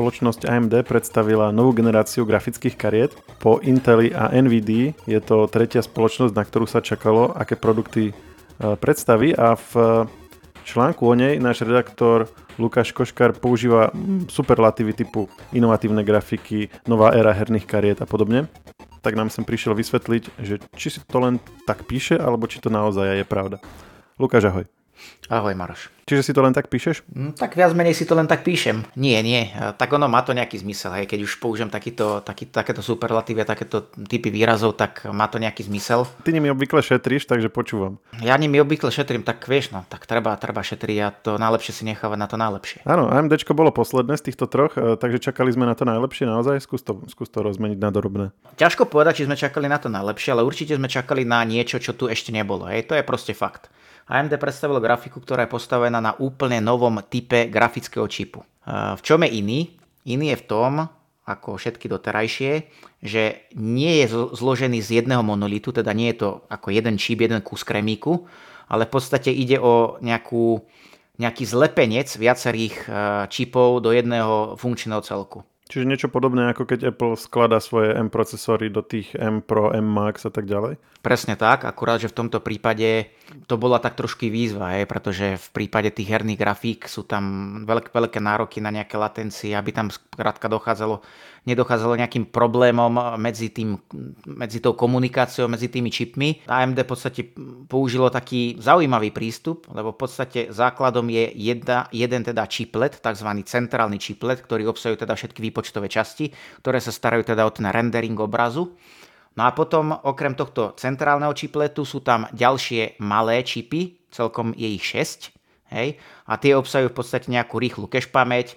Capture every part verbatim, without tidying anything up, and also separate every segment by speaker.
Speaker 1: spoločnosť á em dé predstavila novú generáciu grafických kariet. Po Inteli a Nvidii je to tretia spoločnosť, na ktorú sa čakalo, aké produkty predstaví, a v článku o nej náš redaktor Lukáš Koškar používa superlatívy typu inovatívne grafiky, nová éra herných kariet a podobne. Tak nám sem prišiel vysvetliť, že či si to len tak píše, alebo či to naozaj je pravda. Lukáš, ahoj.
Speaker 2: Ahoj, Maroš.
Speaker 1: Čiže si to len tak píšeš?
Speaker 2: Mm, tak viac menej si to len tak píšem. Nie, nie. Tak ono má to nejaký zmysel. Hej. Keď už použijem takýto, taký, takéto superlatívy a takéto typy výrazov, tak má to nejaký zmysel.
Speaker 1: Ty nimi obvykle šetríš, takže počúvam.
Speaker 2: Ja nimi obvykle šetrím, tak vieš, no, tak treba, treba šetriť a to najlepšie si nechávať na to najlepšie.
Speaker 1: Áno, AMDčko bolo posledné z týchto troch, takže čakali sme na to najlepšie naozaj. Skús to, skús to rozmeniť na dorobné.
Speaker 2: Ťažko povedať, či sme čakali na to najlepšie, ale určite sme čakali na niečo, čo tu ešte nebolo. Hej. To je proste fakt. á em dé predstavilo grafiku, ktorá je postavená na úplne novom type grafického čipu. V čom je iný? Iný je v tom, ako všetky doterajšie, že nie je zložený z jedného monolitu, teda nie je to ako jeden čip, jeden kus kremíku, ale v podstate ide o nejakú, nejaký zlepenec viacerých čipov do jedného funkčného celku.
Speaker 1: Čiže niečo podobné, ako keď Apple skladá svoje M procesory do tých M Pro, M Max a tak ďalej?
Speaker 2: Presne tak, akurát, že v tomto prípade to bola tak trošku výzva, hej, pretože v prípade tých herných grafík sú tam veľké, veľké nároky na nejaké latencie, aby tam skrátka dochádzalo, nedochádzalo nejakým problémom medzi, tým, medzi tou komunikáciou, medzi tými čipmi. á em dé v podstate použilo taký zaujímavý prístup, lebo v podstate základom je jedna, jeden teda chiplet, takzvaný centrálny chiplet, ktorý obsahuje teda všetky výpočtové časti, ktoré sa starajú teda o ten rendering obrazu. No a potom okrem tohto centrálneho chipletu sú tam ďalšie malé čipy, celkom je ich šesť, hej, a tie obsahujú v podstate nejakú rýchlu cache pamäť,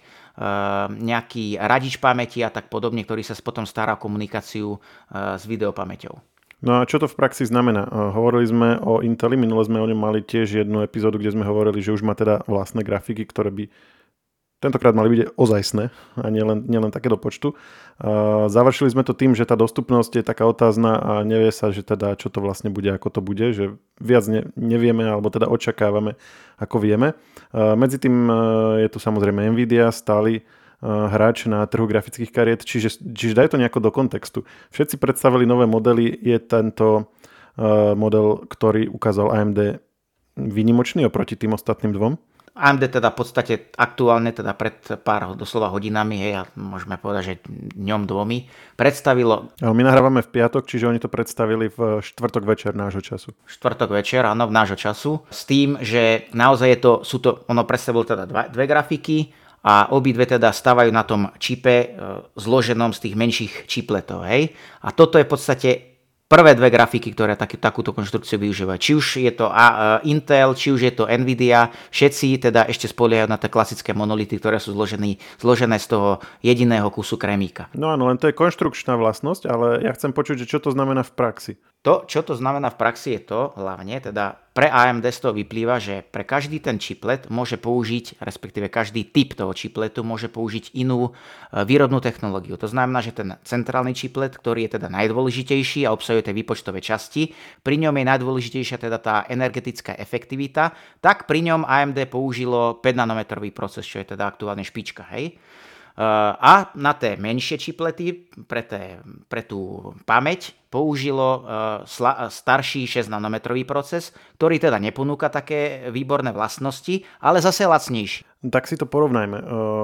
Speaker 2: nejaký radič pamäti a tak podobne, ktorý sa potom stará o komunikáciu s videopamäťou.
Speaker 1: No a čo to v praxi znamená? Hovorili sme o Inteli, minule sme o ňom mali tiež jednu epizódu, kde sme hovorili, že už má teda vlastné grafiky, ktoré by tentokrát mali byť ozajstné a nielen, nielen také do počtu. Završili sme to tým, že tá dostupnosť je taká otázna a nevie sa, že teda čo to vlastne bude, ako to bude, že viac ne, nevieme, alebo teda očakávame, ako vieme. Medzi tým je tu samozrejme Nvidia, stály hráč na trhu grafických kariet, čiže, čiže daj to nejako do kontextu. Všetci predstavili nové modely, je tento model, ktorý ukázal á em dé výnimočný oproti tým ostatným dvom?
Speaker 2: á em dé teda v podstate aktuálne, teda pred pár doslova hodinami, hej, a môžeme povedať, že dňom dvomi, predstavilo...
Speaker 1: Ale my nahrávame v piatok, čiže oni to predstavili v štvrtok večer nášho času.
Speaker 2: Štvrtok večer, áno, v nášho času. S tým, že naozaj je to, sú to, ono predstavilo teda dva, dve grafiky a obidve teda stavajú na tom čipe e, zloženom z tých menších čipletov, hej. A toto je v podstate prvé dve grafiky, ktoré taký, takúto konštrukciu využívajú. Či už je to uh, Intel, či už je to Nvidia, všetci teda ešte spoliehajú na tie klasické monolity, ktoré sú zložené, zložené z toho jediného kusu kremíka.
Speaker 1: No áno, len to je konštrukčná vlastnosť, ale ja chcem počuť, že čo to znamená v praxi.
Speaker 2: To, čo to znamená v praxi, je to hlavne, teda pre á em dé z toho vyplýva, že pre každý ten chiplet môže použiť, respektíve každý typ toho chipletu môže použiť inú výrobnú technológiu. To znamená, že ten centrálny chiplet, ktorý je teda najdôležitejší a obsahuje tie výpočtové časti, pri ňom je najdôležitejšia teda tá energetická efektivita, tak pri ňom á em dé použilo päť nanometrový proces, čo je teda aktuálne špička, hej. A na tie menšie čiplety, pre, té, pre tú pamäť, použilo starší šesť nanometrový proces, ktorý teda neponúka také výborné vlastnosti, ale zase lacnejší.
Speaker 1: Tak si to porovnajme.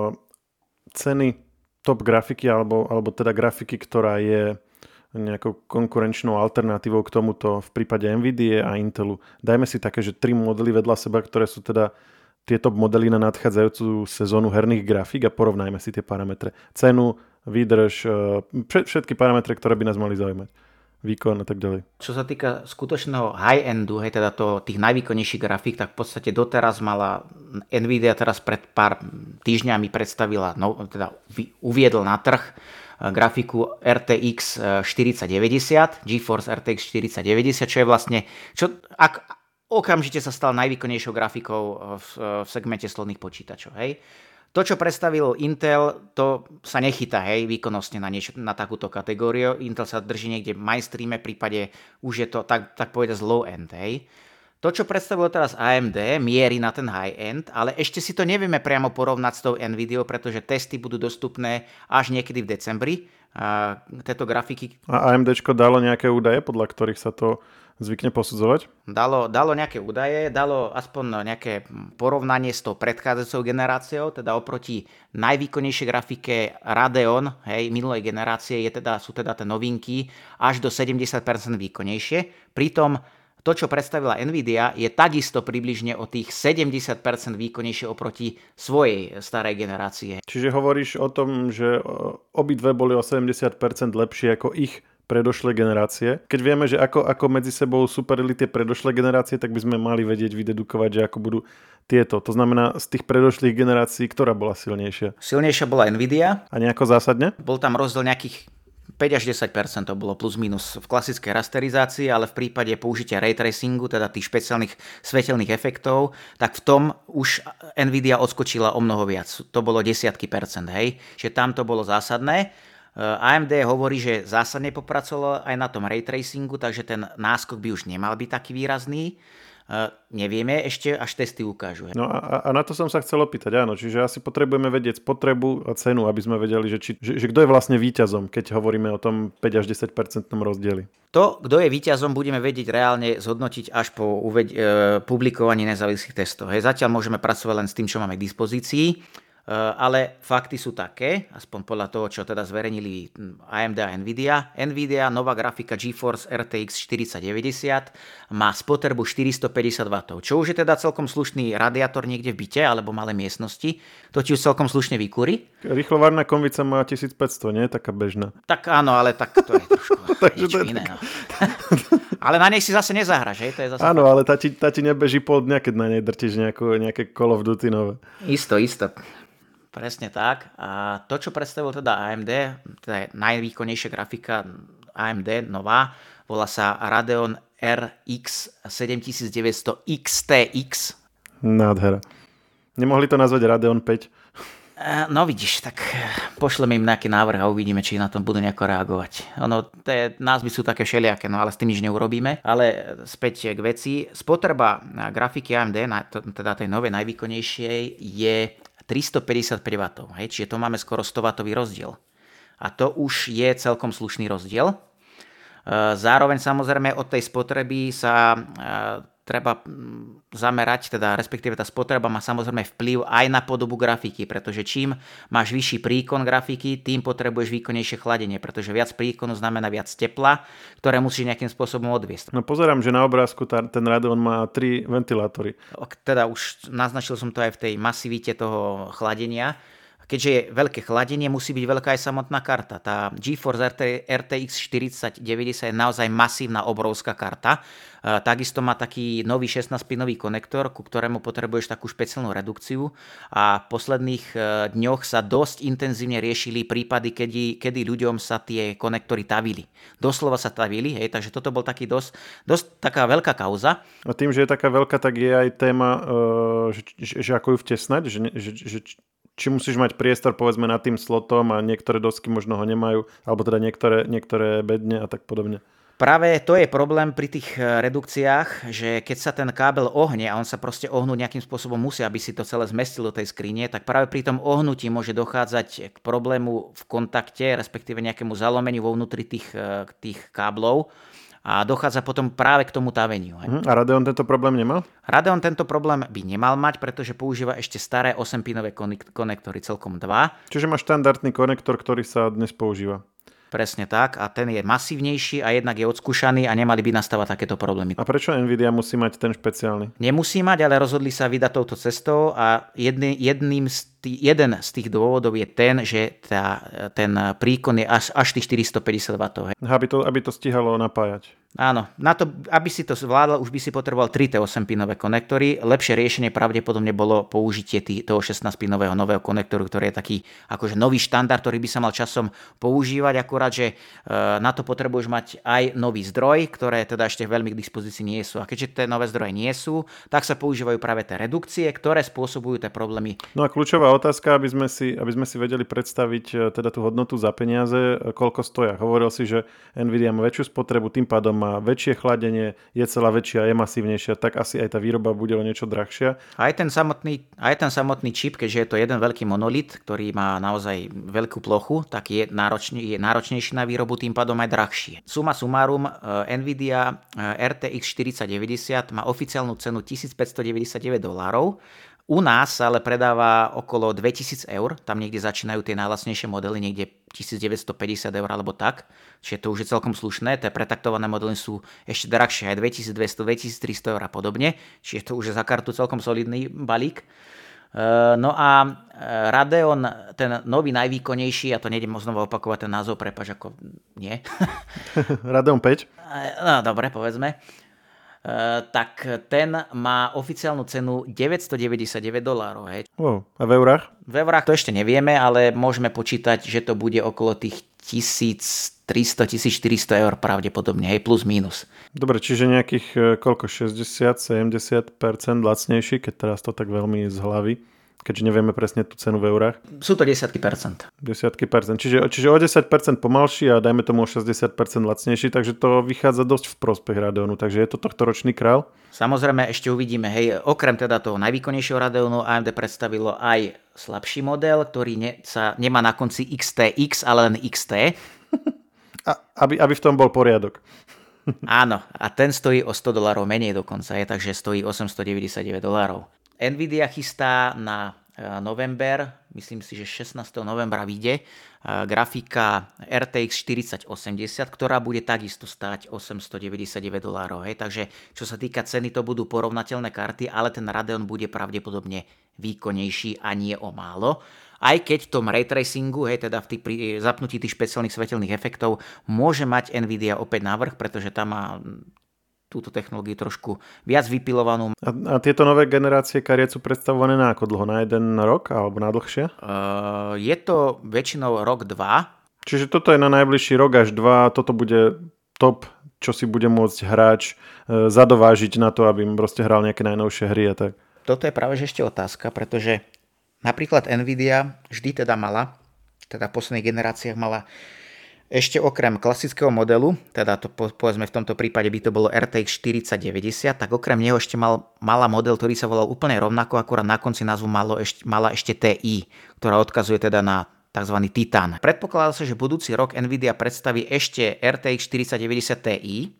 Speaker 1: Ceny top grafiky, alebo, alebo teda grafiky, ktorá je nejakou konkurenčnou alternatívou k tomuto v prípade Nvidie a Intelu. Dajme si také, že tri modely vedľa seba, ktoré sú teda tieto modely na nadchádzajúcu sezónu herných grafík a porovnajme si tie parametre. Cenu, výdrž, všetky parametre, ktoré by nás mali zaujímať. Výkon a tak ďalej.
Speaker 2: Čo sa týka skutočného high-endu, hej, teda to, tých najvýkonnejších grafík, tak v podstate doteraz mala Nvidia teraz pred pár týždňami predstavila, no, teda uviedol na trh grafiku er té iks štyridsať deväťdesiat, GeForce er té iks štyridsať deväťdesiat, čo je vlastne, čo, ak, okamžite sa stal najvýkonnejšou grafikou v, v segmente stolných počítačov. Hej. To, čo predstavil Intel, to sa nechytá, hej, výkonnostne na, niečo, na takúto kategóriu. Intel sa drží niekde v mainstreame, v prípade už je to tak, tak povedať low end. Hej. To, čo predstavilo teraz á em dé, mierí na ten high-end, ale ešte si to nevieme priamo porovnať s tou Nvidiou, pretože testy budú dostupné až niekedy v decembri. A tieto grafiky...
Speaker 1: A AMDčko dalo nejaké údaje, podľa ktorých sa to zvykne posudzovať?
Speaker 2: Dalo, dalo nejaké údaje, dalo aspoň nejaké porovnanie s tou predchádzajúcou generáciou, teda oproti najvýkonnejšej grafike Radeon, hej, minulej generácie je teda, sú teda tie novinky až do sedemdesiat percent výkonnejšie. Pritom to, čo predstavila Nvidia, je takisto približne o tých sedemdesiat percent výkonnejšie oproti svojej starej generácie.
Speaker 1: Čiže hovoríš o tom, že obidve boli o sedemdesiat percent lepšie ako ich predošlé generácie. Keď vieme, že ako, ako medzi sebou superili tie predošlé generácie, tak by sme mali vedieť vydedukovať, že ako budú tieto. To znamená, z tých predošlých generácií, ktorá bola silnejšia?
Speaker 2: Silnejšia bola Nvidia.
Speaker 1: A nejako zásadne?
Speaker 2: Bol tam rozdiel nejakých päť až desať percent to bolo plus minus v klasickej rasterizácii, ale v prípade použitia ray tracingu, teda tých špeciálnych svetelných efektov, tak v tom už Nvidia odskočila o mnoho viac. To bolo desiatky percent, hej. Čiže tam to bolo zásadné. á em dé hovorí, že zásadne popracovalo aj na tom ray tracingu, takže ten náskok by už nemal byť taký výrazný. Uh, nevieme, ešte až testy ukážu. He.
Speaker 1: No a, a na to som sa chcel opýtať, áno. Čiže asi potrebujeme vedieť spotrebu a cenu, aby sme vedeli, že, či, že, že kto je vlastne víťazom, keď hovoríme o tom päť až desať percentnom rozdieli.
Speaker 2: To, kto je víťazom, budeme vedieť reálne zhodnotiť až po uveď, e, publikovaní nezávislých testov. Hej. Zatiaľ môžeme pracovať len s tým, čo máme k dispozícii. Ale fakty sú také, aspoň podľa toho, čo teda zverejnili á em dé a Nvidia. Nvidia, nová grafika GeForce er té iks štyridsať deväťdesiat má spotrebu štyristopäťdesiat wattov, čo už je teda celkom slušný radiátor niekde v byte alebo malé miestnosti. To ti už celkom slušne vykúri.
Speaker 1: Rýchlovárna konvica má tisícpäťsto, nie je taká bežná?
Speaker 2: Tak áno, ale tak to je trošku niečo iné. No. Ale na nej si zase nezahraš, hej? To je zase...
Speaker 1: Áno, ale tá ti, tá ti nebeží pol dňa, keď na nej drtíš nejakú, nejaké Call of Duty nové.
Speaker 2: Isto, isto. Presne tak. A to, čo predstavil teda á em dé, teda najvýkonnejšia grafika á em dé, nová, volá sa Radeon er iks sedemtisícdeväťsto iks té iks.
Speaker 1: Nádhera. Nemohli to nazvať Radeon päť?
Speaker 2: No vidíš, tak pošleme im nejaký návrh a uvidíme, či na tom budú nejako reagovať. Ono, tie názvy sú také všelijaké, no ale s tým nič neurobíme. Ale späť k veci. Spotreba grafiky á em dé, teda tej novej najvýkonnejšej, je tristopäťdesiatpäť wattov, hej, čiže to máme skoro sto wattový rozdiel. A to už je celkom slušný rozdiel. Zároveň samozrejme od tej spotreby sa treba zamerať, teda respektíve tá spotreba má samozrejme vplyv aj na podobu grafiky, pretože čím máš vyšší príkon grafiky, tým potrebuješ výkonnejšie chladenie, pretože viac príkonu znamená viac tepla, ktoré musíš nejakým spôsobom odviesť.
Speaker 1: No pozerám, že na obrázku tá, ten Radeon má tri ventilátory.
Speaker 2: Teda už naznačil som to aj v tej masivite toho chladenia. Keďže je veľké chladenie, musí byť veľká aj samotná karta. Tá GeForce er té iks štyridsať deväťdesiat je naozaj masívna, obrovská karta. E, takisto má taký nový šestnásťpinový konektor, ku ktorému potrebuješ takú špeciálnu redukciu. A v posledných e, dňoch sa dosť intenzívne riešili prípady, kedy, kedy ľuďom sa tie konektory tavili. Doslova sa tavili, hej, takže toto bol taký dosť, dosť taká veľká kauza.
Speaker 1: A tým, že je taká veľká, tak je aj téma, e, že, že, že ako ju vtesnať, že, že, že či musíš mať priestor povedzme nad tým slotom a niektoré dosky možno ho nemajú, alebo teda niektoré, niektoré bedne a tak podobne.
Speaker 2: Práve to je problém pri tých redukciách, že keď sa ten kábel ohne a on sa proste ohnúť nejakým spôsobom musí, aby si to celé zmestil do tej skrine, tak práve pri tom ohnutí môže dochádzať k problému v kontakte, respektíve nejakému zalomeniu vo vnútri tých, tých káblov. A dochádza potom práve k tomu taveniu.
Speaker 1: Uh-huh. A Radeon tento problém nemá?
Speaker 2: Radeon tento problém by nemal mať, pretože používa ešte staré osempinové konektory, celkom dva.
Speaker 1: Čiže má štandardný konektor, ktorý sa dnes používa.
Speaker 2: Presne tak, a ten je masívnejší a jednak je odskúšaný a nemali by nastávať takéto problémy.
Speaker 1: A prečo Nvidia musí mať ten špeciálny?
Speaker 2: Nemusí mať, ale rozhodli sa vydať touto cestou a jedný, jedným z tých, jeden z tých dôvodov je ten, že tá, ten príkon je až, až tých štyristopäťdesiat wattov.
Speaker 1: Aby to, aby to stíhalo napájať.
Speaker 2: Áno, na to, aby si to zvládal, už by si potreboval tri té osempinové konektory. Lepšie riešenie pravdepodobne bolo použitie tý, toho šestnásťpinového nového konektoru, ktorý je taký akože nový štandard, ktorý by sa mal časom používať, akurát, že e, na to potrebuješ mať aj nový zdroj, ktoré teda ešte veľmi k dispozícii nie sú. A keďže tie nové zdroje nie sú, tak sa používajú práve tie redukcie, ktoré spôsobujú tie problémy.
Speaker 1: No a kľúčová otázka, aby sme si, aby sme si vedeli predstaviť teda tú hodnotu za peniaze, koľko stoja. Hovoril si, že Nvidia má väčšiu spotrebu, tým pádom má väčšie chladenie, je celá väčšia, je masívnejšia, tak asi aj tá výroba bude o niečo drahšia.
Speaker 2: Aj ten samotný, aj ten samotný čip, keďže je to jeden veľký monolit, ktorý má naozaj veľkú plochu, tak je, náročný, je náročnejší na výrobu, tým pádom aj drahšie. Suma sumárum, Nvidia er té iks štyridsať deväťdesiat má oficiálnu cenu tisícpäťstodeväťdesiatdeväť dolárov. U nás sa ale predáva okolo dvetisíc eur, tam niekde začínajú tie najlacnejšie modely, niekde tisícdeväťstopäťdesiat eur alebo tak, čiže to už je celkom slušné, tie pretaktované modely sú ešte drahšie, aj dvetisícdvesto, dvetisíctristo eur a podobne, čiže to už je za kartu celkom solidný balík. No a Radeon, ten nový najvýkonnejší, ja to nejdem znova opakovať ten názov, prepáč, ako nie.
Speaker 1: Radeon päť?
Speaker 2: No dobre, povedzme. Uh, tak ten má oficiálnu cenu deväťstodeväťdesiatdeväť dolárov. Hej.
Speaker 1: Wow. A v eurách?
Speaker 2: V eurách to ešte nevieme, ale môžeme počítať, že to bude okolo tých tisíctristo tisícštyristo eur pravdepodobne, hej, plus mínus.
Speaker 1: Dobre, čiže nejakých koľko, šesťdesiat sedemdesiat percent lacnejší, keď teraz to tak veľmi z hlavy, keďže nevieme presne tú cenu v eurách.
Speaker 2: Sú to desiatky percent.
Speaker 1: Desiatky percent. Čiže, čiže o desať percent pomalší a dajme tomu o šesťdesiat percent lacnejší, takže to vychádza dosť v prospech Radeonu. Takže je to tohto ročný král?
Speaker 2: Samozrejme, ešte uvidíme. Hej, okrem teda toho najvýkonnejšieho Radeonu á em dé predstavilo aj slabší model, ktorý ne, sa nemá na konci iks té iks, ale len iks té.
Speaker 1: A, aby, aby v tom bol poriadok.
Speaker 2: Áno, a ten stojí o sto dolárov menej dokonca, je, takže stojí osemstodeväťdesiatdeväť dolárov. Nvidia chystá na november, myslím si, že šestnásteho novembra vyjde grafika er té iks štyridsať osemdesiat, ktorá bude takisto stáť osemstodeväťdesiatdeväť dolárov. Hej. Takže čo sa týka ceny, to budú porovnateľné karty, ale ten Radeon bude pravdepodobne výkonnejší a nie o málo. Aj keď v tom ray tracingu, hej, teda v tých, pri zapnutí tých špeciálnych svetelných efektov, môže mať Nvidia opäť navrch, pretože tam má túto technológiu trošku viac vypilovanú.
Speaker 1: A, a tieto nové generácie kariet sú predstavované na ako dlho? Na jeden rok alebo na dlhšie?
Speaker 2: Uh, je to väčšinou rok, dva.
Speaker 1: Čiže toto je na najbližší rok až dva. Toto bude top, čo si bude môcť hráč e, zadovážiť na to, aby im proste hral nejaké najnovšie hry a tak.
Speaker 2: Toto je práve že ešte otázka, pretože napríklad Nvidia vždy teda mala, teda v posledných generáciách mala ešte okrem klasického modelu, teda to po, povedzme v tomto prípade by to bolo er té iks štyridsať deväťdesiat, tak okrem neho ešte mal, mala model, ktorý sa volal úplne rovnako, akurát na konci názvu malo ešte, mala ešte té í, ktorá odkazuje teda na tzv. Titan. Predpokladá sa, že budúci rok Nvidia predstaví ešte er té iks štyridsať deväťdesiat Ti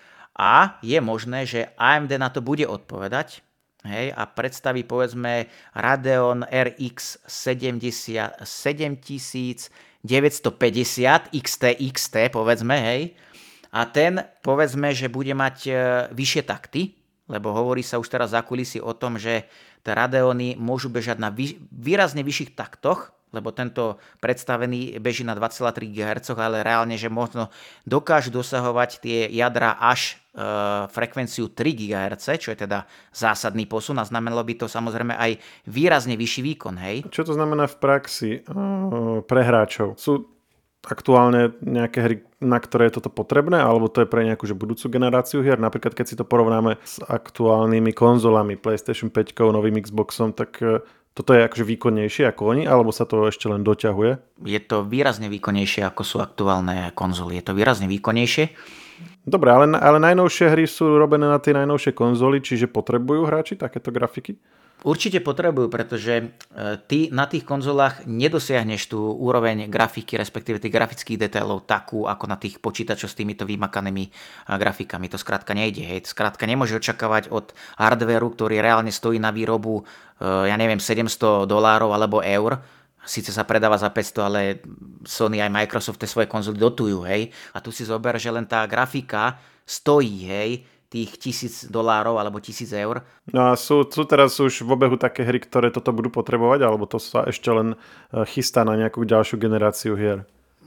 Speaker 2: a je možné, že á em dé na to bude odpovedať. Hej, a predstaví povedzme Radeon er iks sedemdesiat sedemtisíc deväťstopäťdesiat iks té iks té, povedzme, hej. A ten, povedzme, že bude mať e, vyššie takty, lebo hovorí sa už teraz za kulisy o tom, že tie Radeony môžu bežať na vý, výrazne vyšších taktoch, lebo tento predstavený beží na dva celé tri gigahertz, ale reálne, že možno dokážu dosahovať tie jadra až e, frekvenciu tri gigahertz, čo je teda zásadný posun a znamenalo by to samozrejme aj výrazne vyšší výkon. Hej?
Speaker 1: Čo to znamená v praxi e, pre hráčov? Sú aktuálne nejaké hry, na ktoré je toto potrebné, alebo to je pre nejakú že budúcu generáciu hier? Napríklad keď si to porovnáme s aktuálnymi konzolami, PlayStation päť, novým Xboxom, tak e, toto je akože výkonnejšie ako oni, alebo sa to ešte len doťahuje? Je
Speaker 2: to výrazne výkonnejšie, ako sú aktuálne konzoly. Je to výrazne výkonnejšie.
Speaker 1: Dobre, ale, ale najnovšie hry sú robené na tie najnovšie konzoly, čiže potrebujú hráči takéto grafiky?
Speaker 2: Určite potrebujú, pretože ty na tých konzolách nedosiahneš tú úroveň grafiky, respektíve tých grafických detailov takú, ako na tých počítačoch s týmito vymakanými grafikami. To skrátka nejde. Hej. Skrátka nemôže očakávať od hardvéru, ktorý reálne stojí na výrobu, ja neviem, sedemsto dolárov alebo eur. Síce sa predáva za päťsto, ale Sony aj Microsoft tie svoje konzoly dotujú. Hej. A tu si zober, že len tá grafika stojí, hej, tých tisíc dolárov alebo tisíc eur.
Speaker 1: No a sú, sú teraz už v obehu také hry, ktoré toto budú potrebovať, alebo to sa ešte len chystá na nejakú ďalšiu generáciu hier?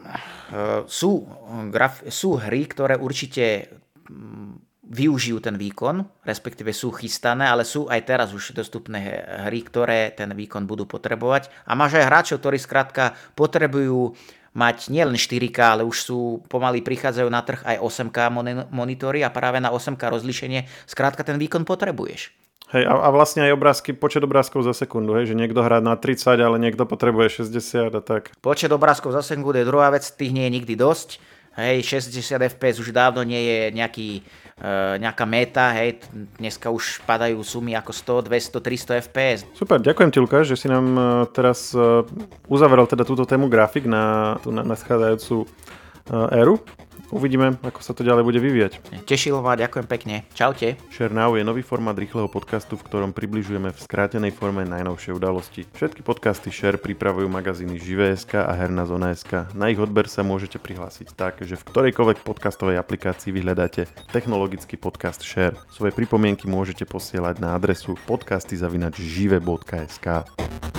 Speaker 2: Uh, sú, graf, sú hry, ktoré určite využijú ten výkon, respektíve sú chystané, ale sú aj teraz už dostupné hry, ktoré ten výkon budú potrebovať. A máš aj hráčov, ktorí skrátka potrebujú mať nielen štyri ká, ale už sú pomaly prichádzajú na trh aj osem ká monitory a práve na osem ká rozlíšenie skrátka ten výkon potrebuješ.
Speaker 1: Hej, a, a vlastne aj obrázky, počet obrázkov za sekundu, hej, že niekto hrá na tridsať, ale niekto potrebuje šesťdesiat a tak.
Speaker 2: Počet obrázkov za sekundu je druhá vec, tých nie je nikdy dosť. hej, šesťdesiat ef pé es už dávno nie je nejaký, uh, nejaká meta, hej, dneska už padajú sumy ako sto, dvesto, tristo ef pé es.
Speaker 1: Super, ďakujem ti, Lukáš, že si nám teraz uzaveral teda túto tému grafik na tú nadchádzajúcu éru. Uvidíme, ako sa to ďalej bude vyvíjať.
Speaker 2: Tešilo ma, ďakujem pekne. Čaute.
Speaker 1: Share Now je nový formát rýchleho podcastu, v ktorom približujeme v skrátenej forme najnovšie udalosti. Všetky podcasty Share pripravujú magazíny Živé.sk a Herná zóna.sk. Na ich odber sa môžete prihlásiť tak, že v ktorejkoľvek podcastovej aplikácii vyhľadáte technologický podcast Share. Svoje pripomienky môžete posielať na adresu podcasty zavináč žive bodka es ká.